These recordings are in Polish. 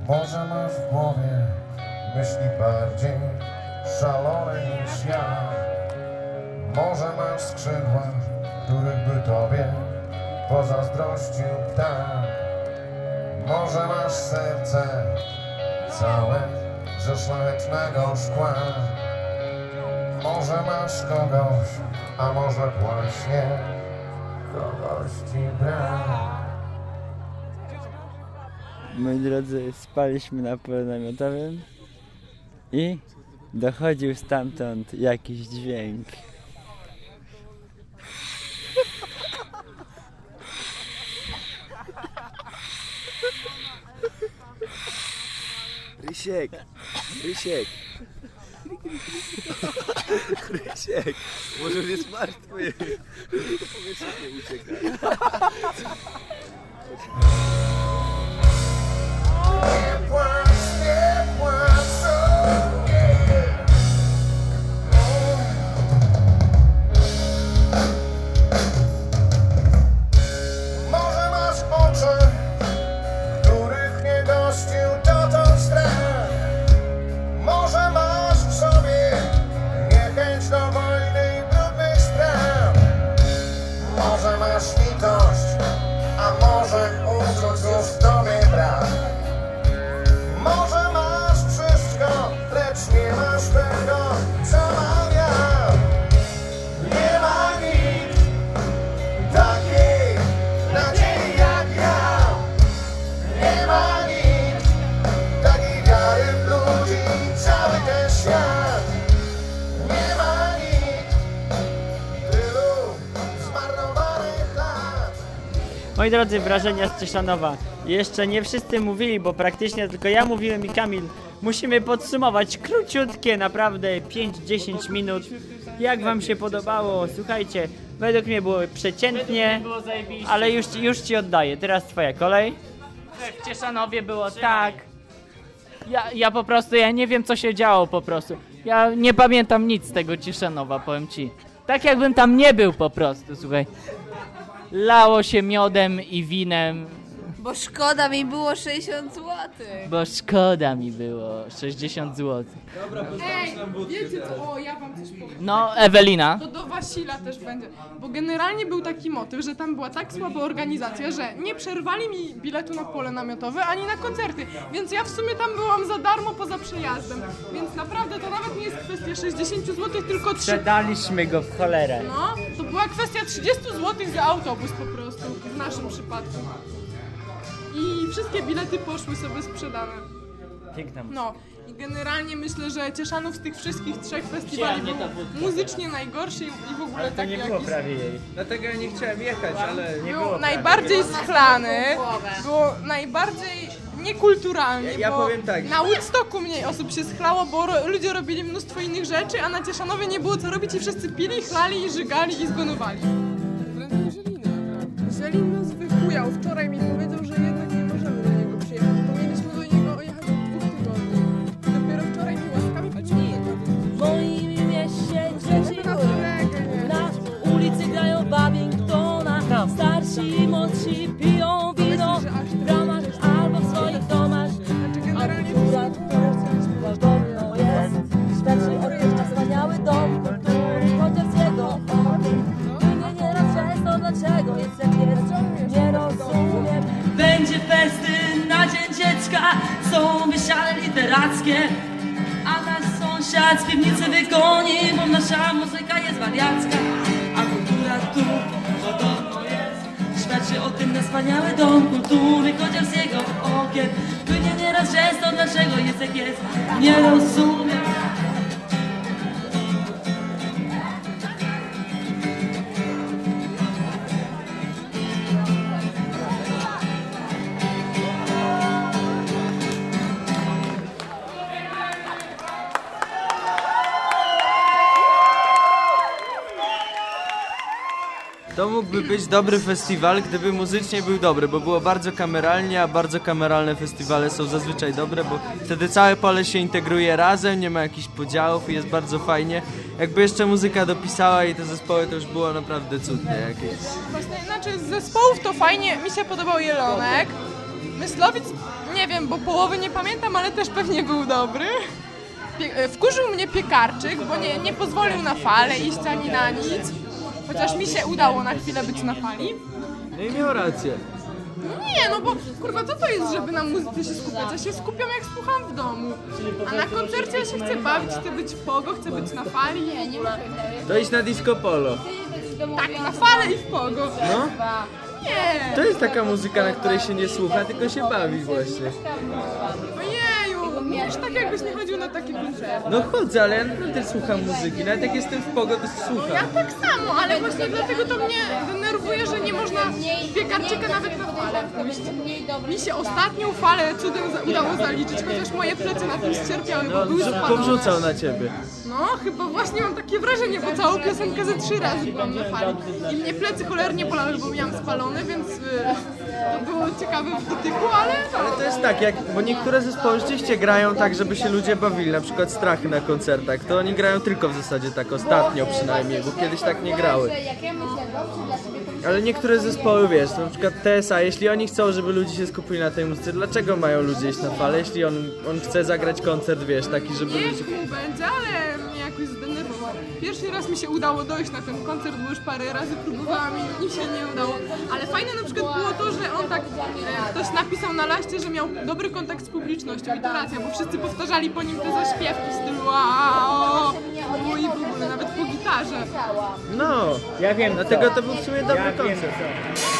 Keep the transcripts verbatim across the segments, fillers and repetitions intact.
Może masz w głowie myśli bardziej szalone niż ja. Może masz skrzydła, których by tobie pozazdrościł ptak. Może masz serce całe ze szlachetnego szkła. Może masz kogoś, a może właśnie kogoś ci brak. Moi drodzy, spaliśmy na polu namiotowym i dochodził stamtąd jakiś dźwięk. Rysiek, Rysiek, Rysiek, może on jest martwy, to powieszenie ucieka. Nie płacz, nie płacz, może masz oczy, których nie gościł dotąd strach. Może masz w sobie niechęć do wojny i brudnych spraw. Może masz litość, a może uczuć już w tobie brak. Może masz wszystko, lecz nie masz tego, co mam ja. Nie ma nikt takiej nadziei jak ja. Nie ma nikt takiej wiary w ludzi i cały ten świat. Nie ma nikt tylu zmarnowanych lat. Moi drodzy, wrażenia z Cieszanowa. Jeszcze nie wszyscy mówili, bo praktycznie tylko ja mówiłem i Kamil. Musimy podsumować króciutkie, naprawdę pięć do dziesięciu minut. Jak wam się podobało? Słuchajcie, według mnie było przeciętnie, było zajebiście. ale już, już ci oddaję. Teraz twoja kolej. W Cieszanowie było tak. Ja, ja po prostu, ja nie wiem co się działo po prostu. Ja nie pamiętam nic z tego Cieszanowa, powiem ci. Tak jakbym tam nie był po prostu, słuchaj. Lało się miodem i winem, Bo szkoda mi było sześćdziesiąt złotych. bo szkoda mi było sześćdziesiąt złotych. Ej, wiecie co? O, ja wam coś powiem. No, Ewelina. To do Wasila też będzie. Bo generalnie był taki motyw, że tam była tak słaba organizacja, że nie przerwali mi biletu na pole namiotowe ani na koncerty. Więc ja w sumie tam byłam za darmo poza przejazdem. Więc naprawdę to nawet nie jest kwestia sześćdziesiąt złotych, tylko trzy. Sprzedaliśmy go w cholerę. No, to była kwestia trzydzieści złotych za autobus po prostu, w naszym przypadku. I wszystkie bilety poszły sobie sprzedane. Piękna muzyka. No i generalnie myślę, że Cieszanów z tych wszystkich trzech festiwali był muzycznie najgorszy i w ogóle Ale to taki nie było jakiś... prawie jej. Dlatego ja nie chciałem jechać, ale... Nie Był było najbardziej schlany, było najbardziej niekulturalnie, Ja bo powiem tak. na Woodstocku mniej osób się schlało, bo ro- ludzie robili mnóstwo innych rzeczy, a na Cieszanowie nie było co robić i wszyscy pili, chlali, żygali i zgonowali. Wręcz Żelina, naprawdę. Żelin nas wychujał. Wczoraj mi powiedział, że jednak nie możemy do niego przyjechać, bo mieliśmy do niego jechać od dwóch tygodni. Dopiero wczoraj mi łaskawie powiedział, W moim mieście dzieci na ulicy grają Babingtona. Starsi i młodsi piją wino w ramach albo w swoich domach. Akurat to podobno jest. Świadczy o tym na wspaniały dom kultury, chociaż z jego okiem. Mnie nieraz często dlaczego jest jak jest, nie rozumiem. Będzie festyn na Dzień Dziecka, są wysiane literackie. A nasz sąsiad z piwnicy wygoni, bo nasza muzyka jest wariacka. A kultura tu podobno jest. Świadczy o tym na wspaniały dom kultury, chociaż z jego okien płynie nieraz często, dlaczego jest jak jest, nie rozumiem. To mógłby być dobry festiwal, gdyby muzycznie był dobry, bo było bardzo kameralnie, a bardzo kameralne festiwale są zazwyczaj dobre, bo wtedy całe pole się integruje razem, nie ma jakichś podziałów i jest bardzo fajnie. Jakby jeszcze muzyka dopisała i te zespoły, to już było naprawdę cudnie jakieś. Właśnie, znaczy z zespołów to fajnie, mi się podobał Jelonek. Myslowic, nie wiem, bo połowy nie pamiętam, ale też pewnie był dobry. Pie- wkurzył mnie Piekarczyk, bo nie, nie pozwolił na falę iść ani na nic. Chociaż mi się udało na chwilę być na fali. No i miał rację. Nie, no bo kurwa, co to jest, żeby na muzyce się skupiać? Ja się skupiam, jak słucham w domu. A na koncercie ja się chcę bawić, chcę być w pogo, chcę być na fali. To iść na disco polo. Tak, na falę i w pogo. No, Nie. to jest taka muzyka, na której się nie słucha, tylko się bawi właśnie. Ojeju, mówisz tak, jakbyś nie chodził na takie koncerty. No chodzę, ale ja naprawdę słucham muzyki. Nawet jak jestem w pogo, to Ja słucham. tak samo, ale właśnie dlatego to mnie denerwuje, że nie można Piekarczyka nawet na falę pójść. Mi się ostatnią falę cudem za- udało zaliczyć, chociaż moje plecy na tym ścierpiały, bo były spalone. Powrzucał na ciebie. No, chyba właśnie mam takie wrażenie, bo całą piosenkę ze trzy razy byłam na fali. I mnie plecy cholernie bolały, bo miałam spalone, więc y, to było ciekawe w dotyku, ale no. Ale to jest tak, jak, bo niektóre zespoły rzeczywiście grają tak, żeby się ludzie bawili, na przykład Strachy na koncertach, to oni grają tylko w zasadzie tak ostatnio przynajmniej, bo kiedyś tak nie grały. Ale niektóre zespoły, wiesz, na przykład T S A, jeśli oni chcą, żeby ludzie się skupili na tej muzyce, dlaczego mają ludzie iść na falę, jeśli on, on chce zagrać koncert, wiesz, taki, żeby ludzie... Niech mu będzie, ale mnie jakoś zdenerwował. Pierwszy raz mi się udało dojść na ten koncert, bo już parę razy próbowałam i mi się nie udało. Ale fajne na przykład było to, że on tak, e, ktoś napisał na laście, że miał dobry kontakt z publicznością i to racja, bo wszyscy powtarzali po nim te zaśpiewki w stylu aaa, o i w ogóle, nawet po gitarze. No, Ja wiem dlatego co. to był w sumie dobry Ja wiem koncert. co.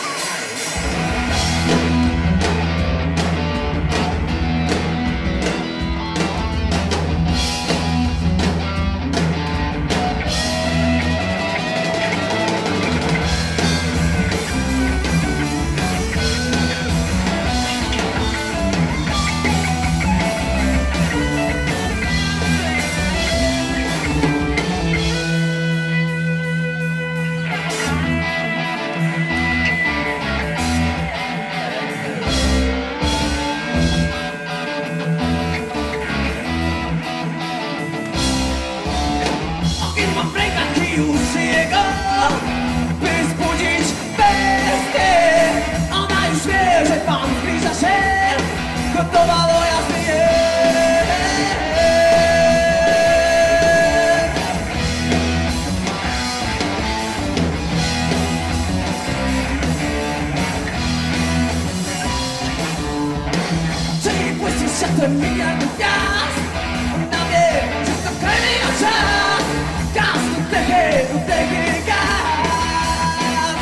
I mam w rękach i już jego, by zbudzić bestię. Ona już wie, że pan zbliża się, gotowa do jazdy jest. Czyli błyski światłem miliardów gwiazd. Ona wie, że to kolejny czas. Gaz, oddechy, oddechy, gaz.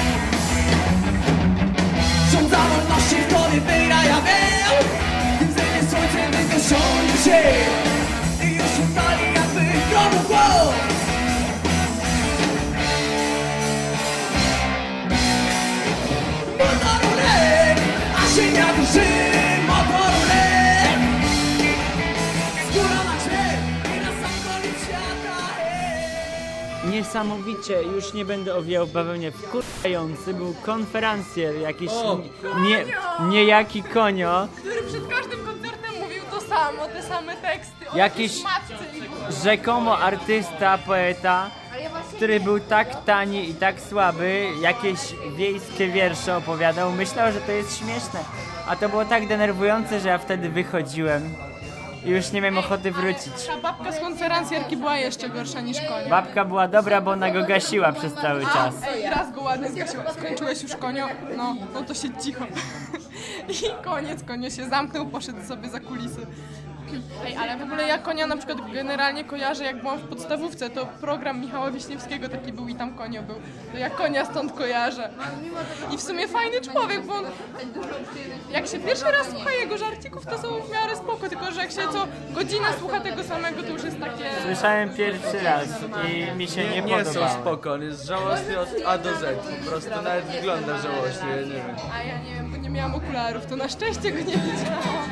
Rządza wolności w tobie wyraja wiem. Gdy wzejdzie słońce, wygaszony się. I już ustali jakby gromu głos. Motoru lek, a się nie duży. Motoru lek. Z góra na śmierć i na sam koniec świata. Hej. Niesamowicie, już nie będę owijał w bawełnie, wkurwający był konferencjer, jakiś O, nie, niejaki konio, Który przed każdym koncertem mówił to samo, te same teksty. o Jakiś- jakiejś matce i w ogóle. rzekomo artysta, poeta, który był tak tani i tak słaby, jakieś wiejskie wiersze opowiadał, myślał, że to jest śmieszne, a to było tak denerwujące, że ja wtedy wychodziłem i już nie miałem ochoty wrócić. Ta babka z konferencjerki była jeszcze gorsza niż konia. Babka była dobra, bo ona go gasiła przez cały czas. Ej, raz go ładnie zgasiła. Skończyłeś już konio? No, no to siedź cicho. I koniec, konio się zamknął, poszedł sobie za kulisy. Ej, ale w ogóle ja konia na przykład generalnie kojarzę, jak byłam w podstawówce, to program Michała Wiśniewskiego taki był i tam konio był. To ja konia stąd kojarzę. I w sumie fajny człowiek, bo on, jak się pierwszy raz słucha jego żarcików, to są w miarę spoko, tylko że jak się co godzinę słucha tego samego, to już jest takie... Słyszałem pierwszy raz i mi się nie, Nie, nie są podobało. spoko, on jest żałosny od A do Z, po prostu nawet wygląda żałośnie, ja nie wiem. A ja nie wiem, bo nie miałam okularów, to na szczęście go nie widziałam.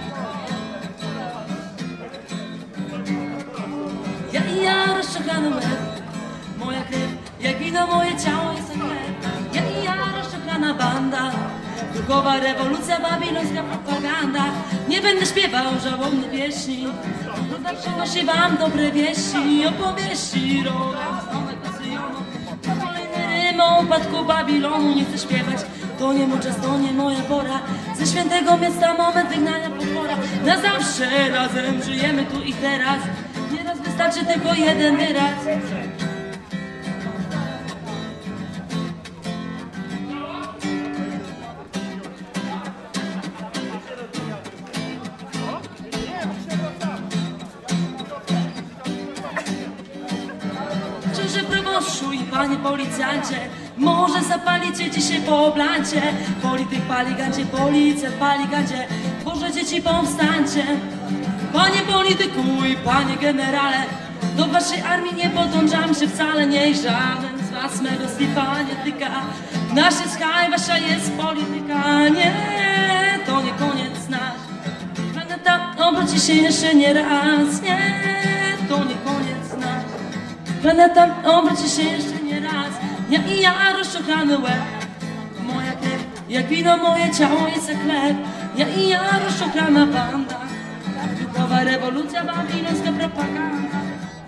Ja i ja rozciągany łeb, moja krew, jak wino moje ciało jest chleb. Ja i ja rozciągana banda, duchowa rewolucja, babilońska propaganda. Nie będę śpiewał żałobnych pieśni, przynosi wam dobre wieści, opowieści, rodem, snonek Syjonu. Kolejny rym o upadku Babilonu, nie chcę śpiewać To nie mój czas, to nie moja pora. Ze świętego miasta moment wygnania potwora. Na zawsze razem żyjemy tu i teraz. Nieraz wystarczy tylko jeden wyraz. Księże proboszu i panie policjancie, może zapalicie dzisiaj po blancie. Polityk pali gancie, policjant pali gancie. Boże dzieci powstańcie. Panie polityku i panie generale, do waszej armii nie podłączam się wcale. Niech żaden z was mego slipa nie tyka. Nasze skaj, wasza jest polityka. Nie, to nie koniec nasz. Planeta obróci się jeszcze nie raz. Nie, to nie koniec nasz. Planeta obróci się jeszcze nie raz. Ja i ja rozczochrany łeb. Moja krew, jak wino moje ciało jest jak chleb. Ja i ja rozczochrana banda. Duchowa rewolucja, babilońska propaganda.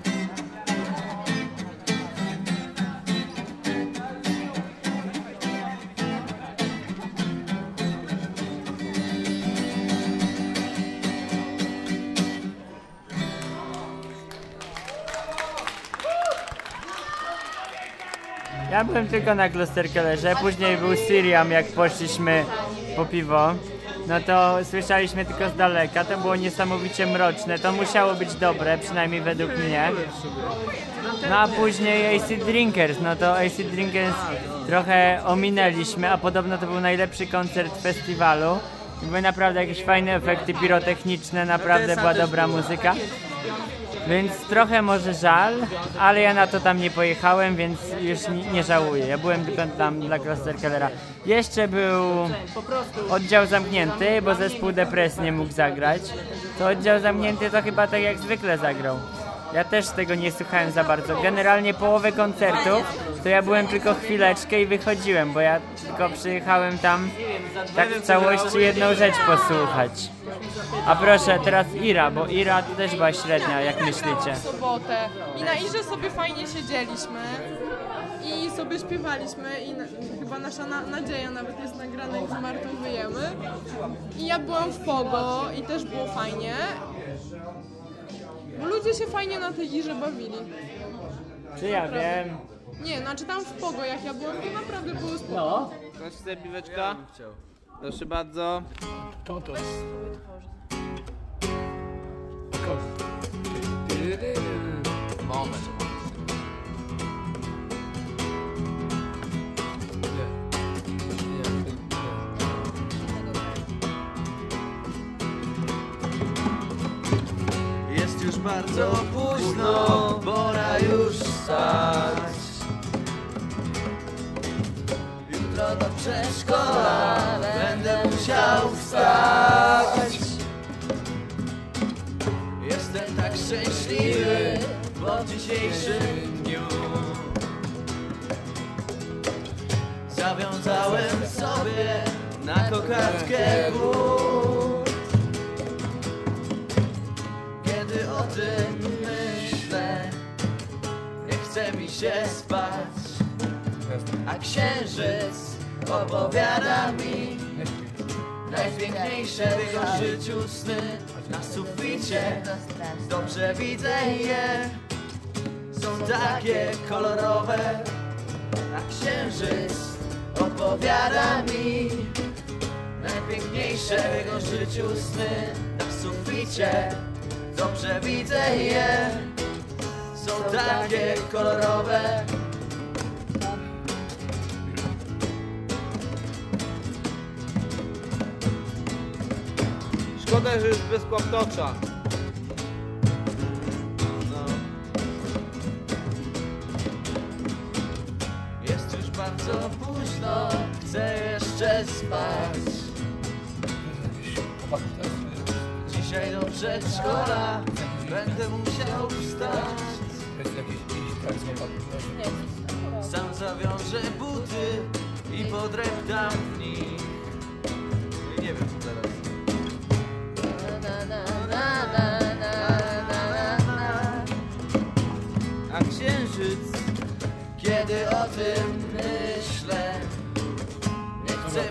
Ja byłem tylko na Klosterkellerze, później był Syriam, jak poszliśmy po piwo. No to słyszeliśmy tylko z daleka, to było niesamowicie mroczne, to musiało być dobre, przynajmniej według mnie. No a później A C Drinkers, no to A C Drinkers trochę ominęliśmy, a podobno to był najlepszy koncert festiwalu. Były naprawdę jakieś fajne efekty pirotechniczne, naprawdę była dobra muzyka. Więc trochę może żal, ale ja na to tam nie pojechałem, więc już nie, nie żałuję. Ja byłem tylko tam dla Klosterkellera. Jeszcze był oddział zamknięty, bo zespół Depres nie mógł zagrać. To oddział zamknięty to chyba tak jak zwykle zagrał. Ja też tego nie słuchałem za bardzo. Generalnie połowę koncertów to ja byłem tylko chwileczkę i wychodziłem, bo ja tylko przyjechałem tam tak w całości jedną rzecz posłuchać. A proszę, teraz Ira, bo Ira to też była średnia, jak myślicie? W sobotę i na Irze sobie fajnie siedzieliśmy i sobie śpiewaliśmy i na, chyba nasza na, nadzieja nawet jest nagrana, jak z Martą wyjemy. I ja byłam w Pogo i też było fajnie. Bo ludzie się fajnie na tej Irze bawili. Czy ja wiem? Nie, znaczy tam w Pogo, jak ja byłam, to naprawdę było spoko. No. Ktoś chce piweczka? Proszę bardzo. To to. Moment. Jest już bardzo późno, pora już wstać. Jutro do przedszkola będę musiał wstać. Jestem tak szczęśliwy po dzisiejszym dniu. Zawiązałem sobie na kokardkę but. Kiedy o tym myślę, nie chce mi się spać, a księżyc opowiada mi najpiękniejsze w jego życiu sny. Na suficie dobrze widzę je, są takie kolorowe, a księżyc opowiada mi najpiękniejsze w jego życiu sny. Na suficie dobrze widzę je, są takie kolorowe. Szkoda, że już bez kłoptocza. No. Jest już bardzo późno, chcę jeszcze spać. Dzisiaj do przedszkola będę musiał wstać. Sam zawiążę buty i podreptam w nich. Nie wiem co teraz. A księżyc, kiedy o tym myślę, nie chce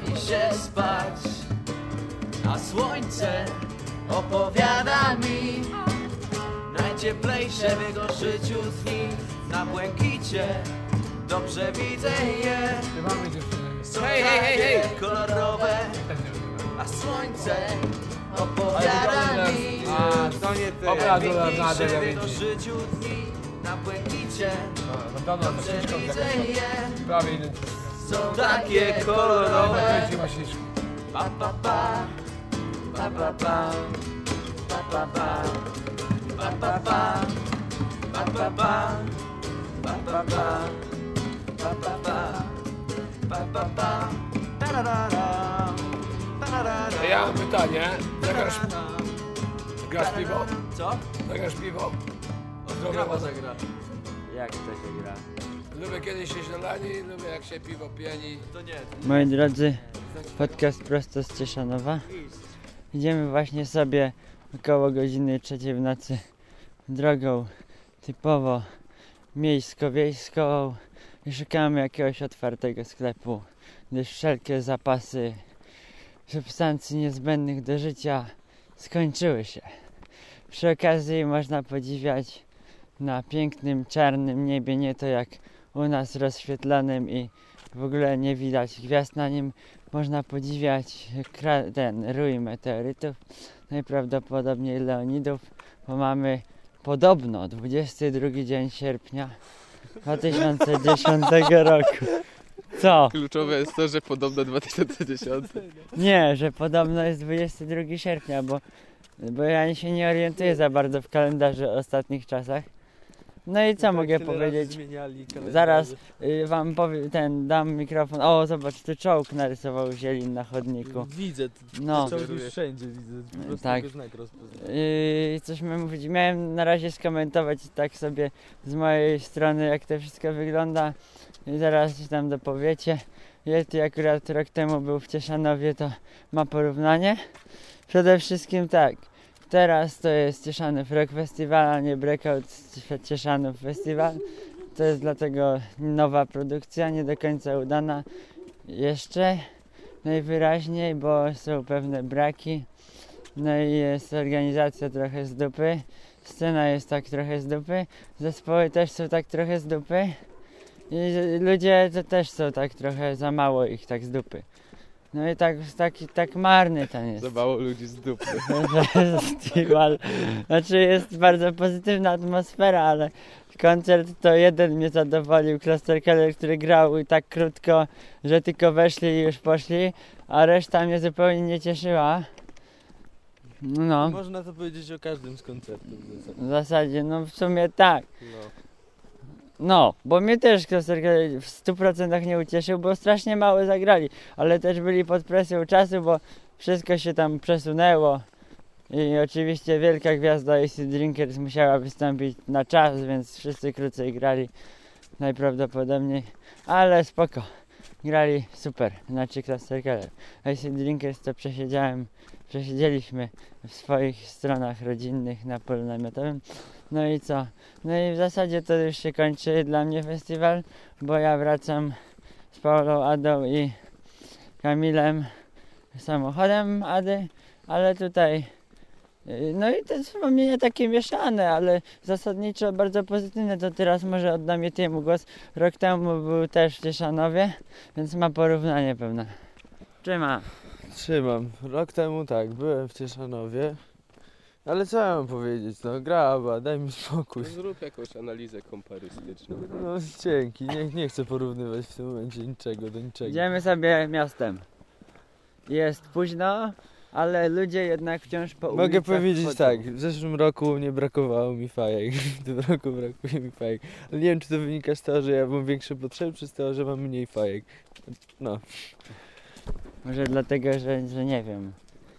a słońce opowiada mi najcieplejsze w jego życiu dni. Na błękicie dobrze widzę je, są Hej, hej, hej, hej. takie kolorowe, a słońce opowiada mi A, to nie ty. najpiękniejsze w jego życiu dni. Na błękicie dobrze widzę je, Prawie identyczne. są takie kolorowe. Pa pa pa, pa pa pa, pa pa pa, pa pa pa, pa pa pa, pa pa pa, pa pa pa, pa pa pa, tararara, tararara. Ja mam pytanie. Zagrasz, grasz piwo? Co? Zagrasz piwo? Graba zagra. Jak to się gra? Lubię kiedy się zieleni, lubię jak się piwo pieni. To nie. Moi drodzy, podcast prosto z Cieszanowa. Idziemy właśnie sobie około godziny trzeciej w nocy drogą typowo miejsko-wiejską i szukamy jakiegoś otwartego sklepu, gdyż wszelkie zapasy substancji niezbędnych do życia skończyły się. Przy okazji można podziwiać na pięknym, czarnym niebie, nie to jak u nas rozświetlonym i w ogóle nie widać gwiazd na nim. Można podziwiać kra- ten rój meteorytów, najprawdopodobniej Leonidów, bo mamy podobno dwudziesty drugi dzień sierpnia dwa tysiące dziesiątego roku. Co? Kluczowe jest to, że podobno dwa tysiące dziesiąty. Nie, że podobno jest dwudziestego drugiego sierpnia, bo, bo ja się nie orientuję za bardzo w kalendarzu ostatnich czasach. No i co mogę powiedzieć? Zaraz y, wam powiem, ten, dam mikrofon. O, zobacz, tu czołg narysował zielin na chodniku. Widzę, No. czołg już wszędzie widzę. Po prostu Tak. go znak rozpoznaję. Yy, coś miałem mówić. Miałem na razie skomentować tak sobie z mojej strony, jak to wszystko wygląda. I zaraz coś tam dopowiecie. Yeti akurat rok temu był w Cieszanowie, to ma porównanie. Przede wszystkim tak. Teraz to jest Cieszanów Rock Festival, a nie Breakout Cieszanów Festival. To jest dlatego nowa produkcja, nie do końca udana jeszcze najwyraźniej, bo są pewne braki. No i jest organizacja trochę z dupy, scena jest tak trochę z dupy, zespoły też są tak trochę z dupy i ludzie to też są tak trochę za mało ich tak z dupy. No i tak, tak, tak marny ten jest. Za mało ludzi z dupy. Festiwal. Znaczy jest bardzo pozytywna atmosfera, ale koncert to jeden mnie zadowolił, Cluster Keller, który grał i tak krótko, że tylko weszli i już poszli, a reszta mnie zupełnie nie cieszyła. No. Można to powiedzieć o każdym z koncertów. W zasadzie, no w sumie tak. No. No, bo mnie też Cluster Keller w stu procentach nie ucieszył, bo strasznie mało zagrali, ale też byli pod presją czasu, bo wszystko się tam przesunęło i oczywiście wielka gwiazda A C Drinkers musiała wystąpić na czas, więc wszyscy krócej grali najprawdopodobniej, ale spoko, grali super, znaczy Cluster Keller. A C Drinkers to przesiedziałem, przesiedzieliśmy w swoich stronach rodzinnych na polu namiotowym. No i co? No i w zasadzie to już się kończy dla mnie festiwal, bo ja wracam z Paulą, Adą i Kamilem samochodem Ady, ale tutaj no i te wspomnienia takie mieszane, ale zasadniczo bardzo pozytywne. To teraz może oddam Yetiemu głos. Rok temu był też w Cieszanowie, więc ma porównanie pewne. Trzyma. Trzymam. Rok temu tak, byłem w Cieszanowie. Ale co ja mam powiedzieć, no graba, daj mi spokój. Zrób jakąś analizę komparystyczną. No dzięki, nie, nie chcę porównywać w tym momencie niczego do niczego. Idziemy sobie miastem. Jest późno, ale ludzie jednak wciąż po ulicach Mogę powiedzieć chodzą. tak, w zeszłym roku nie brakowało mi fajek, w tym roku brakuje mi fajek. Ale nie wiem, czy to wynika z tego, że ja mam większe potrzeby, czy z tego, że mam mniej fajek. No. Może dlatego, że, że nie wiem,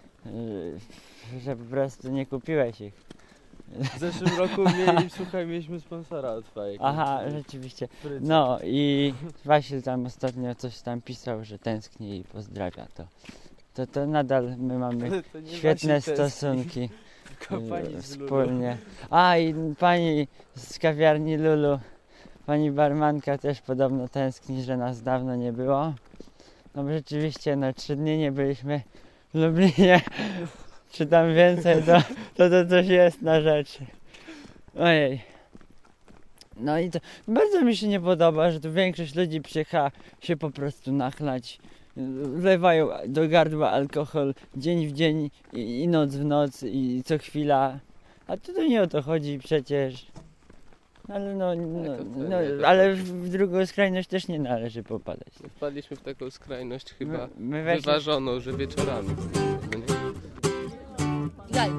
że, że po prostu nie kupiłeś ich. W zeszłym roku mieli, słuchaj, mieliśmy sponsora od fajek. Aha, rzeczywiście. No i Wasil tam ostatnio coś tam pisał, że tęskni i pozdrawia to. To, to nadal my mamy to nie świetne Wasil tęskni, stosunki tylko pani e, z Lulu. wspólnie. A i pani z kawiarni Lulu, pani barmanka też podobno tęskni, że nas dawno nie było. No bo rzeczywiście, no trzy dni nie byliśmy w Lublinie, czy tam więcej, to, to to coś jest na rzeczy. Ojej. No i to bardzo mi się nie podoba, że tu większość ludzi przyjechała się po prostu nachlać. Wlewają do gardła alkohol dzień w dzień i, i noc w noc i co chwila. A tu nie o to chodzi przecież. Ale no, no, no ale w drugą skrajność też nie należy popadać. Wpadliśmy w taką skrajność chyba my, my wyważoną, że wieczorami. No nie? Daj.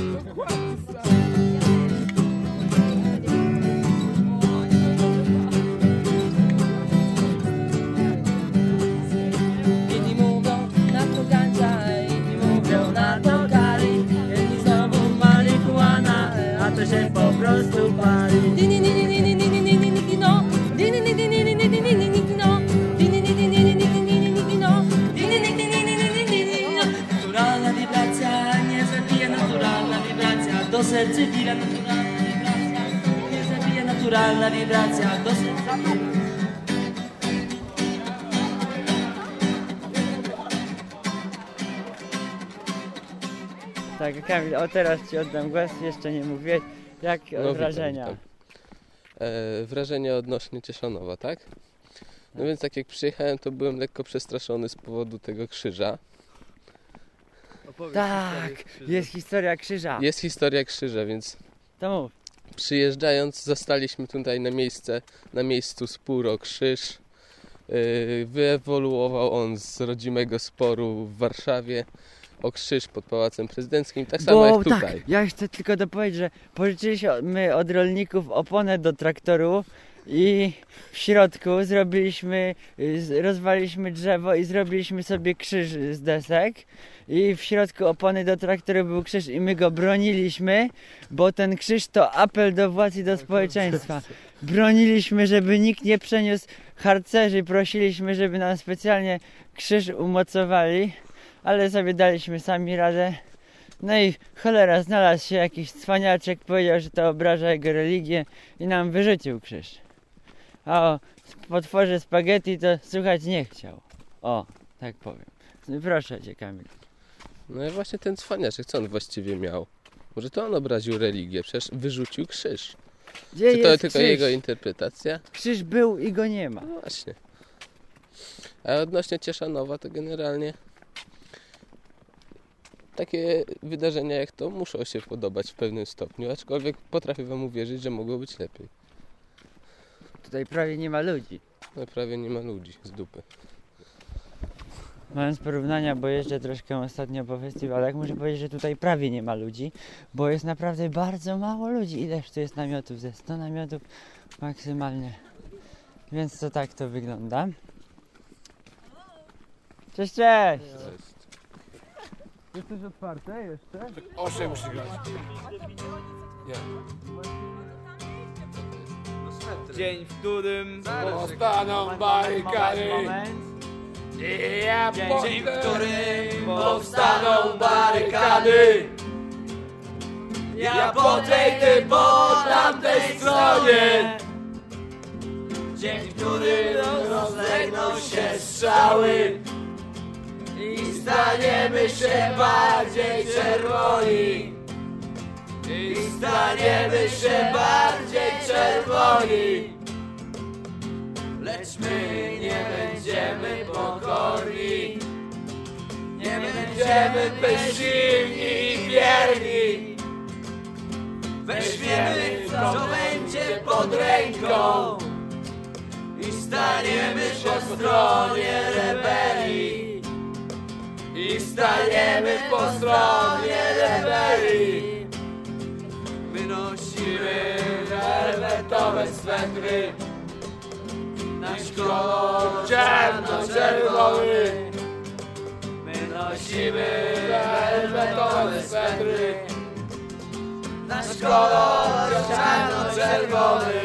Jedni mówią na to ganja, inni mówią na to kali, jedni znowu marihuana, a to się po prostu pali. Naturalna wibracja nie zabija, naturalna wibracja do serca bije, naturalna wibracja nie zabija, naturalna wibracja do serca bije. Tak, Kamil, o teraz ci oddam głos, jeszcze nie mówię. Jak No, wrażenia? witam, witam. E, wrażenia odnośnie Cieszanowa, tak? No więc tak jak przyjechałem, to byłem lekko przestraszony z powodu tego krzyża. Tak, jest historia krzyża. Jest historia krzyża, więc To mów. przyjeżdżając zastaliśmy tutaj na miejsce, na miejscu spór o krzyż. Yy, wyewoluował on z rodzimego sporu w Warszawie o krzyż pod Pałacem Prezydenckim, tak samo Bo, jak tutaj. Tak, ja chcę tylko dopowiedzieć, że pożyczyliśmy od rolników oponę do traktoru i w środku zrobiliśmy, rozwaliliśmy drzewo i zrobiliśmy sobie krzyż z desek i w środku opony do traktoru był krzyż i my go broniliśmy, bo ten krzyż to apel do władz i do społeczeństwa. Broniliśmy, żeby nikt nie przeniósł harcerzy, prosiliśmy, żeby nam specjalnie krzyż umocowali, ale sobie daliśmy sami radę. No i cholera, znalazł się jakiś cwaniaczek, powiedział, że to obraża jego religię i nam wyrzucił krzyż. A o potworze spaghetti to słuchać nie chciał. O, tak powiem. Proszę cię, Kamil. No i właśnie ten cwaniaczek, co on właściwie miał? Może to on obraził religię, przecież wyrzucił krzyż. Gdzie Czy to jest tylko krzyż? jego interpretacja? Krzyż był i go nie ma. No właśnie. A odnośnie Cieszanowa to generalnie takie wydarzenia jak to muszą się podobać w pewnym stopniu, aczkolwiek potrafię wam uwierzyć, że mogło być lepiej. Tutaj prawie nie ma ludzi. No prawie nie ma ludzi z dupy. Mając porównania, bo jeżdżę troszkę ostatnio po festiwalach, muszę powiedzieć, że tutaj prawie nie ma ludzi, bo jest naprawdę bardzo mało ludzi. Ileż tu jest namiotów? Ze sto namiotów maksymalnie. Więc to tak to wygląda. Cześć, cześć! Jest coś otwarte jeszcze? Osiem musi grać. Nie. Dzień, w którym Powstaną barykady. Ja Dzień, w którym Powstaną barykady. Ja po tej, ty po tamtej stronie. Dzień, w którym rozlegną się strzały i staniemy się bardziej czerwoni. I staniemy się bardziej czerwoni. Lecz my nie będziemy pokorni. Nie będziemy bezsilni i wierni. Weźmiemy co będzie pod ręką i staniemy po stronie rebelii. I staniemy po stronie rebelii. Wynosimy welwetowe swetry. Nasz kolor czarno-czerwony. My nosimy welwetowe swetry. Nasz kolor czarno-czerwony.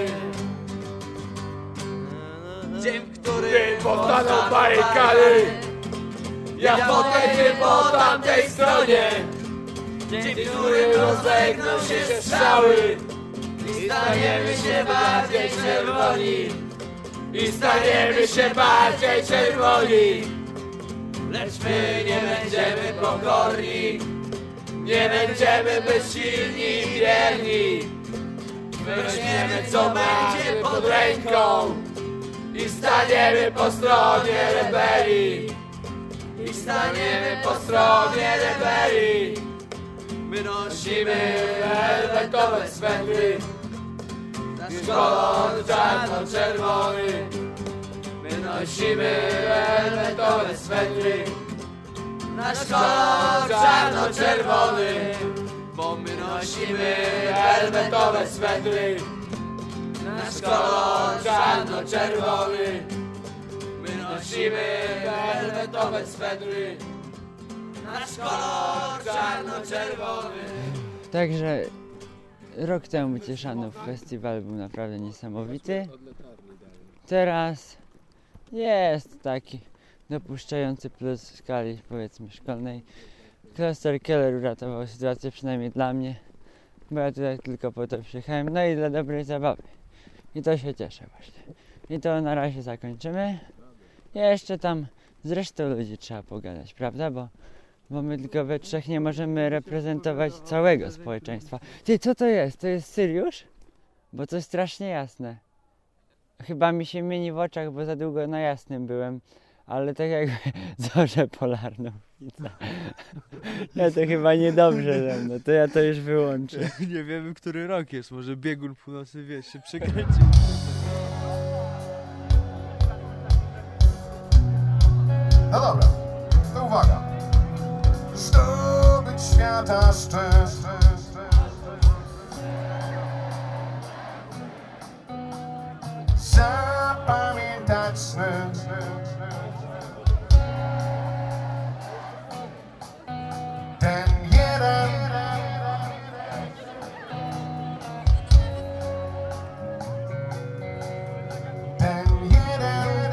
Dzień, w którym Powstaną barykady. ja po tej, ty po tamtej stronie. Dzień, w którym rozlegną się strzały i staniemy się bardziej czerwoni. I staniemy się bardziej czerwoni. lecz my nie będziemy pokorni, nie będziemy bezsilni i bierni. Weźmiemy co będzie pod ręką i staniemy po stronie rebelii, i staniemy po stronie rebelii. My nosimy welwetowe swetry, nasz kolor czarno-czerwony. My nosimy welwetowe swetry, nasz kolor czarno-czerwony. Bo my nosimy welwetowe swetry, nasz kolor czarno-czerwony. My nosimy welwetowe swetry, nasz kolor czarno-czerwony. Także rok temu Cieszanów festiwal był naprawdę niesamowity. Teraz jest taki dopuszczający plus w skali powiedzmy szkolnej. Kloster Keller uratował sytuację przynajmniej dla mnie, bo ja tutaj tylko po to przyjechałem, no i dla dobrej zabawy. I to się cieszę właśnie. I to na razie zakończymy. Jeszcze tam z resztą ludzi trzeba pogadać, prawda? Bo, bo my tylko we trzech nie możemy reprezentować całego społeczeństwa. Ty, co to jest? To jest Syriusz? Bo to strasznie jasne. Chyba mi się mieni w oczach, bo za długo na jasnym byłem. Ale tak jak zorzę polarną widzę. Ja to chyba niedobrze ze mną, to ja to już wyłączę. Nie wiemy, który rok jest, może biegun północny, wiesz, się przekręcił. No dobra, to uwaga. Zdobyć świata szczyt, zapamiętać sny, ten jeden, ten jeden,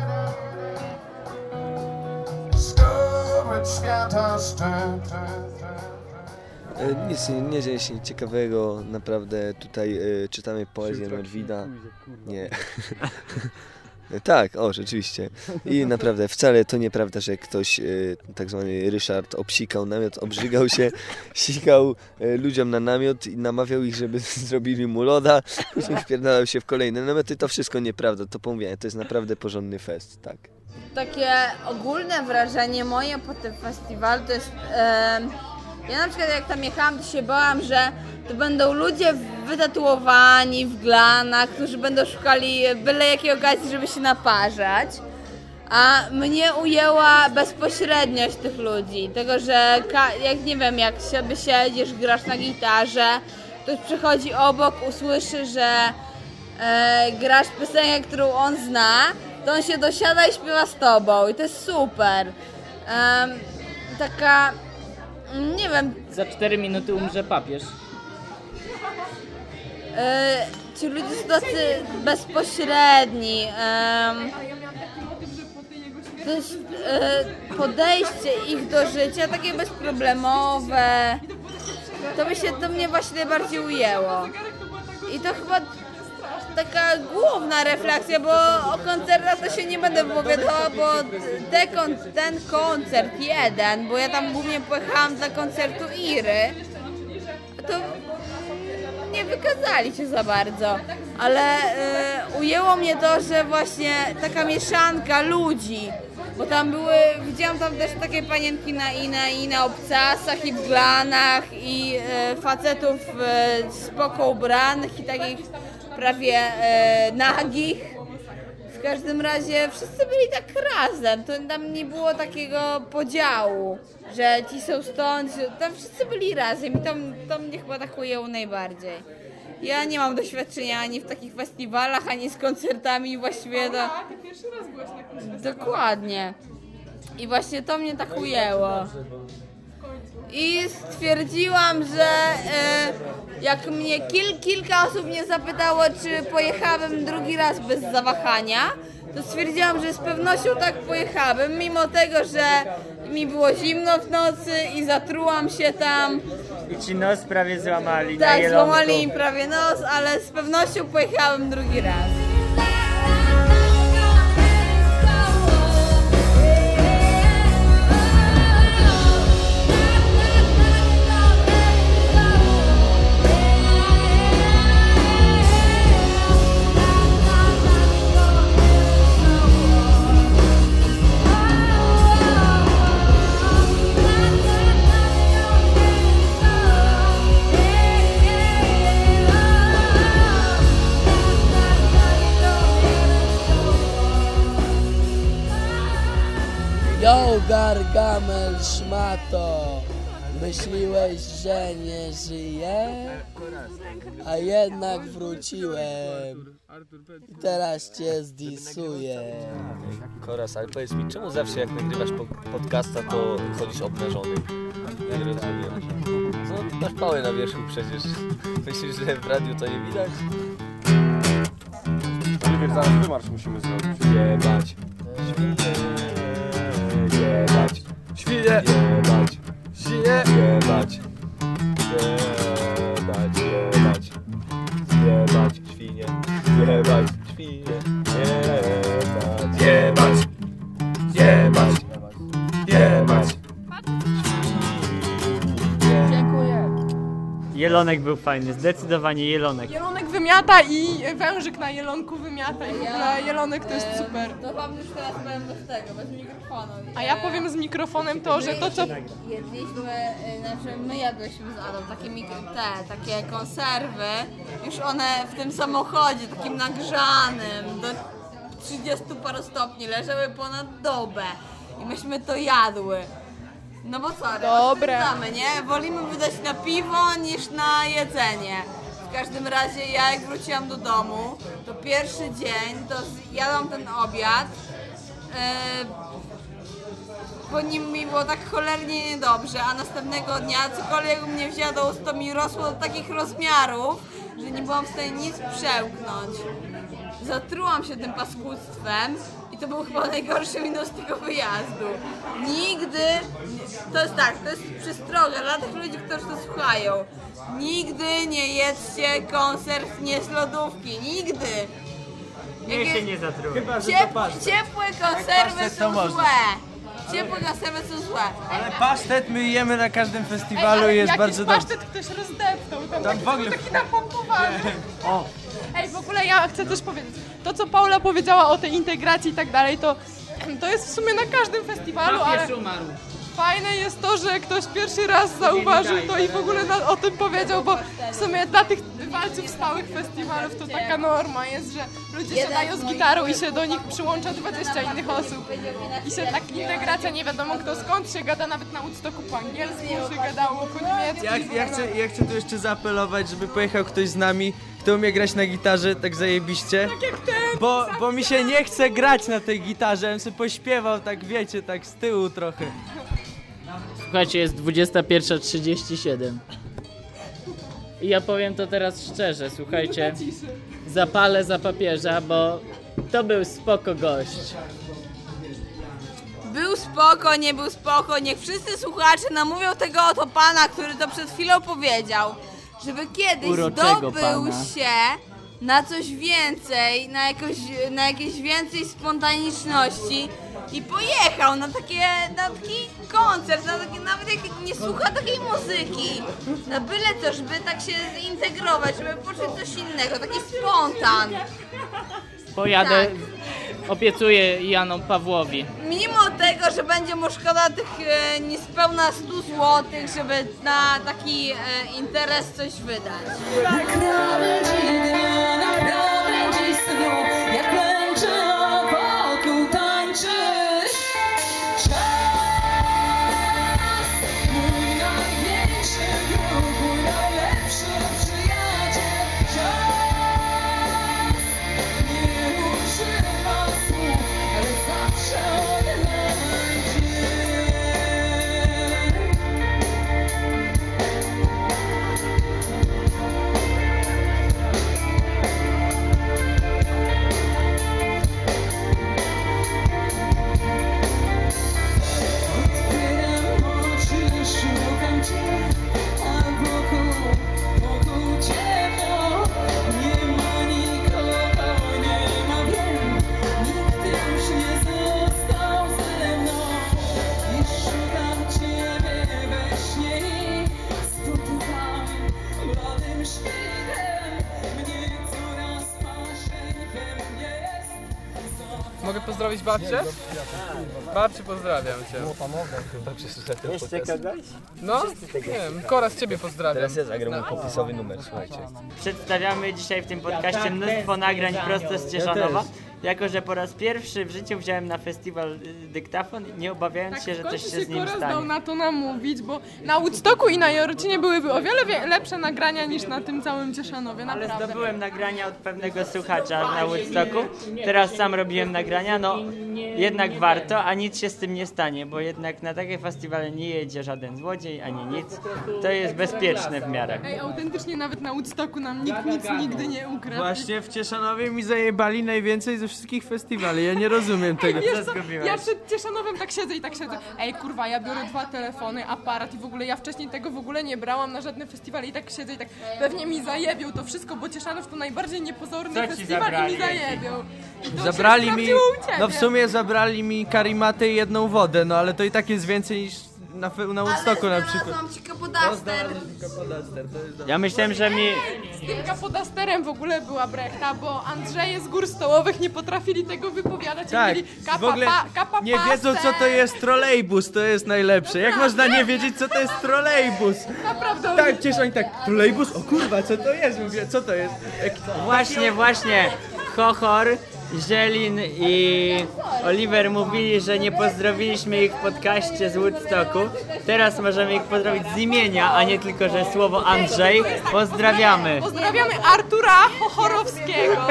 zdobyć świata szczyt. Nic, nie, nie dzieje się nic ciekawego, naprawdę tutaj y, czytamy poezję Norwida. Nie. Tak, o, rzeczywiście. I naprawdę wcale to nieprawda, że ktoś, y, tak zwany Ryszard, obsikał namiot, obrzygał się, sikał y, ludziom na namiot i namawiał ich, żeby zrobili mu loda, później wpierdalał się w kolejne namioty. To wszystko nieprawda, to pomówienie, to jest naprawdę porządny fest, tak. Takie ogólne wrażenie moje po tym festiwalu to jest... E, ja na przykład jak tam jechałam, to się bałam, że to będą ludzie wytatuowani w glanach, którzy będą szukali byle jakiej okazji, żeby się naparzać. A mnie ujęła bezpośredniość tych ludzi. Tego, że jak nie wiem, jak sobie siedzisz, grasz na gitarze, ktoś przychodzi obok, usłyszy, że e, grasz piosenkę, którą on zna, to on się dosiada i śpiewa z tobą. I to jest super. E, taka... Nie wiem. Za cztery minuty umrze papież. E, ci ludzie są tacy bezpośredni. E, to jest e, podejście ich do życia takie bezproblemowe. To by się to mnie właśnie najbardziej ujęło. I to chyba taka główna refleksja, bo o koncertach to się nie będę wypowiadała, bo te kon ten koncert jeden, bo ja tam głównie pojechałam dla koncertu Iry, to nie wykazali się za bardzo, ale y, ujęło mnie to, że właśnie taka mieszanka ludzi, bo tam były, widziałam tam też takie panienki na, i, na, i na obcasach, i w glanach, i y, facetów y, spoko ubranych i takich prawie e, nagich. W każdym razie wszyscy byli tak razem, to tam nie było takiego podziału, że ci są stąd, tam wszyscy byli razem i to, to mnie chyba tak ujęło najbardziej. Ja nie mam doświadczenia ani w takich festiwalach, ani z koncertami, właściwie to... A, ty pierwszy raz byłaś na koncercie. Dokładnie. I właśnie to mnie tak ujęło. I stwierdziłam, że e, jak mnie kil, kilka osób mnie zapytało, czy pojechałabym drugi raz bez zawahania, to stwierdziłam, że z pewnością tak pojechałabym, mimo tego, że mi było zimno w nocy i zatrułam się tam. I ci nos prawie złamali na Tak, jelonku. złamali mi prawie nos, ale z pewnością pojechałabym drugi raz. Yo, Gargamel, szmato, myśliłeś, że nie żyję? A jednak wróciłem i teraz cię zdisuję. Koras, ale powiedz mi, czemu zawsze jak nagrywasz po- podcasta, to chodzisz obnażony? Nie rozumiem. No, ty masz pałę na wierzchu przecież. Myślisz, że w radiu to nie widać? Oliwier, zaraz wymarsz musimy zrobić. Jebać. Jebać. Świnie! Jebać. Świnie! Jebać. Jebać. Jebać. Jebać. Świnie. Jebać. Świnie. Jebać. Jebać. Jebać. Jebać. Dziękuję. Jelonek był fajny, zdecydowanie jelonek. Jelonek wymiata i wężyk na jelonku wymiata i w ogóle jelonek to jest super. To wam już teraz powiem bez tego, bez mikrofonu. A ja powiem z mikrofonem to, że to co... Jedliśmy, y, znaczy my jadłyśmy z Adą takie mik- te, takie konserwy, już one w tym samochodzie takim nagrzanym do trzydziestu paru stopni leżały ponad dobę i myśmy to jadły. No bo co, Dobre. oszczędzamy, nie? Wolimy wydać na piwo niż na jedzenie. W każdym razie ja jak wróciłam do domu, to pierwszy dzień to jadłam ten obiad. Yy, po nim mi było tak cholernie niedobrze, a następnego dnia cokolwiek u mnie wzięła do ust, to mi rosło do takich rozmiarów, że nie byłam w stanie nic przełknąć. Zatrułam się tym paskudztwem i to był chyba najgorszy minus tego wyjazdu. Nigdy, to jest tak, to jest przestroga dla tych ludzi, którzy to słuchają. Nigdy nie jedzcie konserw nie z lodówki, nigdy. Niech się nie zatruwa. Chyba, że to Ciep, pasztet. ciepłe konserwy pasztet to są można. złe. Ciepłe konserwy są złe. Ale pasztet my jemy na każdym festiwalu ale i jest jakiś bardzo dobrze. pasztet ktoś rozdeptał, tam, Tam taki, w ogóle- taki napompowany. O, Ej, w ogóle ja chcę też powiedzieć, to co Paula powiedziała o tej integracji i tak dalej, to, to jest w sumie na każdym festiwalu, ale Papież umarł. fajne jest to, że ktoś pierwszy raz zauważył to i w ogóle na, o tym powiedział, bo w sumie dla tych walców stałych festiwalów to taka norma jest, że ludzie siadają z gitarą i się do nich przyłącza dwadzieścia innych osób. I się tak integracja, nie wiadomo kto skąd, się gada nawet na Woodstocku po angielsku, się gadało po niemiecku. ja, ja, chcę, ja chcę tu jeszcze zaapelować, żeby pojechał ktoś z nami, kto umie grać na gitarze tak zajebiście. Tak jak ten! Bo, bo mi się nie chce grać na tej gitarze, ja bym sobie pośpiewał tak, wiecie, tak z tyłu trochę. Słuchajcie, jest dwudziesta pierwsza trzydzieści siedem. I ja powiem to teraz szczerze, słuchajcie. Zapalę za papieża, bo to był spoko gość. Był spoko, nie był spoko, niech wszyscy słuchacze namówią tego oto pana, który to przed chwilą powiedział, żeby kiedyś Uroczego zdobył pana. się na coś więcej, na, jakoś, na jakieś więcej spontaniczności i pojechał na, takie, na taki koncert, na taki, nawet jak nie słucha takiej muzyki, na byle co, żeby tak się zintegrować, żeby poczuć coś innego, taki spontan. Pojadę, Tak. obiecuję Janom Pawłowi. Mimo tego, że będzie mu szkoda tych e, niespełna stu złotych, żeby na taki e, interes coś wydać. Jak krawędzi dnia na krawędzi snu, jak klęczy wokół tańczysz. Czas, mój największy wróg, mój najlepszy przyjaciel. Czas nie używa słów, ale zawsze odnajdzie. Otwieram oczy, szukam cię, a wokół, wokół ciemno. Nie ma nikogo, nie ma wiem, nikt już nie został ze mną. I szukam ciebie we śnie i spotykam bladym świtem. Mnie coraz marzeń we mnie jest. Mogę pozdrowić babcię? Babcię pozdrawiam cię. Jeszcze kogoś? No, nie wiem, Koraz ciebie pozdrawiam. Teraz ja zagram mu popisowy numer, słuchajcie. Przedstawiamy dzisiaj w tym podcaście mnóstwo nagrań prosto z Cieszanowa jako że po raz pierwszy w życiu wziąłem na festiwal y, dyktafon, nie obawiając Tak, się, że w końcu coś się z nim Koras dał stanie. na to namówić, bo na Woodstocku i na Jarocinie byłyby o wiele wie- lepsze nagrania niż na tym całym Cieszanowie, Ale naprawdę. zdobyłem nagrania od pewnego słuchacza na Woodstocku. Teraz sam robiłem nagrania, no jednak warto, a nic się z tym nie stanie, bo jednak na takie festiwale nie jedzie żaden złodziej, ani nic. To jest bezpieczne w miarę. Ej, autentycznie nawet na Woodstocku nam nikt nic nigdy nie ukradł. Właśnie w Cieszanowie mi zajebali najwięcej ze wszystkich festiwali, ja nie rozumiem tego. Ej, wiesz co, ja przed Cieszanowem tak siedzę i tak siedzę. Ej, kurwa, ja biorę dwa telefony, aparat i w ogóle ja wcześniej tego w ogóle nie brałam na żadne festiwale i tak siedzę i tak pewnie mi zajebią to wszystko, bo Cieszanów to najbardziej niepozorny Co ci festiwal zabrali? i mi zajebią. I to Zabrali się mi, sprawdziło u ciebie. no w sumie zabrali mi karimatę i jedną wodę, no ale to i tak jest więcej niż na, fe- na Woodstocku na przykład. Znalazłam ci kapodaster. Ja myślałem, że mi... Z tym kapodasterem w ogóle była brechta, bo Andrzeje z gór stołowych nie potrafili tego wypowiadać. Tak, Mieli w ogóle kapa, kapa, nie wiedzą co to jest trolejbus, to jest najlepsze. Jak można nie wiedzieć co to jest trolejbus? Naprawdę. Tak, przecież oni tak, trolejbus? O kurwa, co to jest? Mówię, co to jest? Jak... Właśnie, właśnie. Chochor, Zielin i Oliver mówili, że nie pozdrowiliśmy ich w podcaście z Woodstocku. Teraz możemy ich pozdrowić z imienia, a nie tylko, że słowo Andrzej. Pozdrawiamy. Pozdrawiamy Artura Chochorowskiego.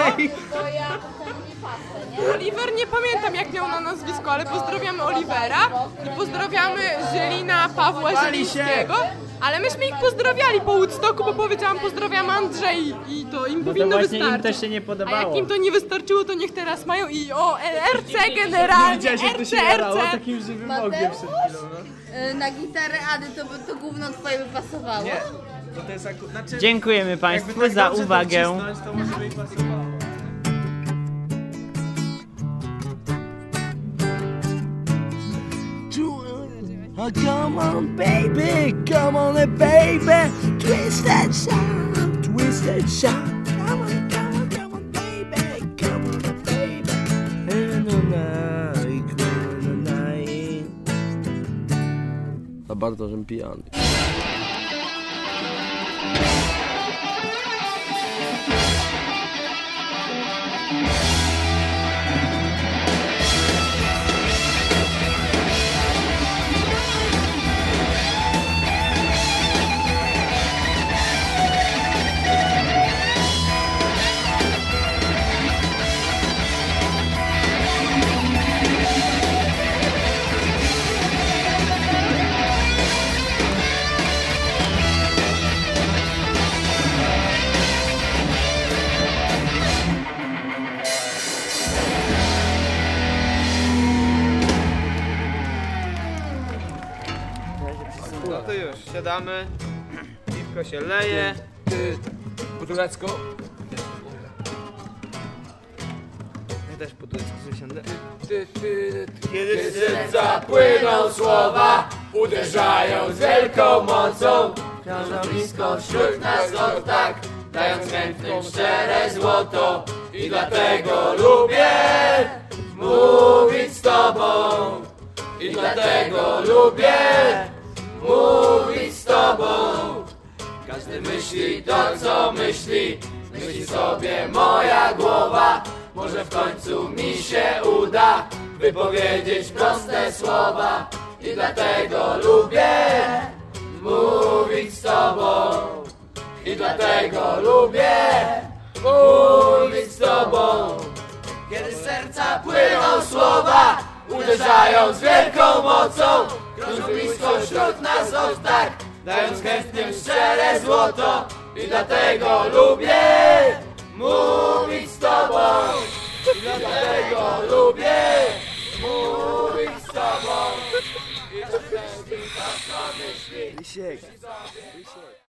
Oliver, nie pamiętam jak miał na nazwisko, ale pozdrawiamy Olivera i pozdrawiamy Zielina Pawła Pali Zielińskiego. Ale myśmy ich pozdrawiali po Woodstocku, bo powiedziałam pozdrawiam Andrzej i to im No to powinno właśnie im wystarczyć. to się nie A podobało. jak im to nie wystarczyło, to niech teraz mają i o R C generalnie, Widziałeś jak to się R C, jarało R C. takim żywym ogniem przed chwilą, no. Y, Na gitarę Ady to, to gówno twoje by pasowało. Nie, bo to jest akurat... Znaczy, Dziękujemy jakby Państwu tak za dobrze to uwagę. wcisnąć, to może by i pasowało. Oh, come on, baby, come on, baby, twist that shot, twist that shot. Come on, come on, come on, baby, come on, baby. In the night, in the night. Za bardzo, żem pijany. No to już, siadamy, piwko się leje. Ty, po turecku? Ja też po turecku sobie siądę. Ty, ty, ty. Kiedy serca płyną słowa, uderzają z wielką mocą. Krążą blisko wśród nas od tak, dając chętnym szczere złoto. I dlatego lubię mówić z tobą. I dlatego lubię mówić z tobą. Każdy myśli to, co myśli, myśli sobie moja głowa. Może w końcu mi się uda wypowiedzieć proste słowa. I dlatego lubię mówić z tobą. I dlatego lubię mówić z tobą. Kiedy z serca płyną słowa, uderzają z wielką mocą. Krążą blisko wśród nas od tak, dając chętnym szczere złoto. I dlatego lubię mówić z tobą. I dlatego lubię mówić z tobą. I dlatego to, co myśli.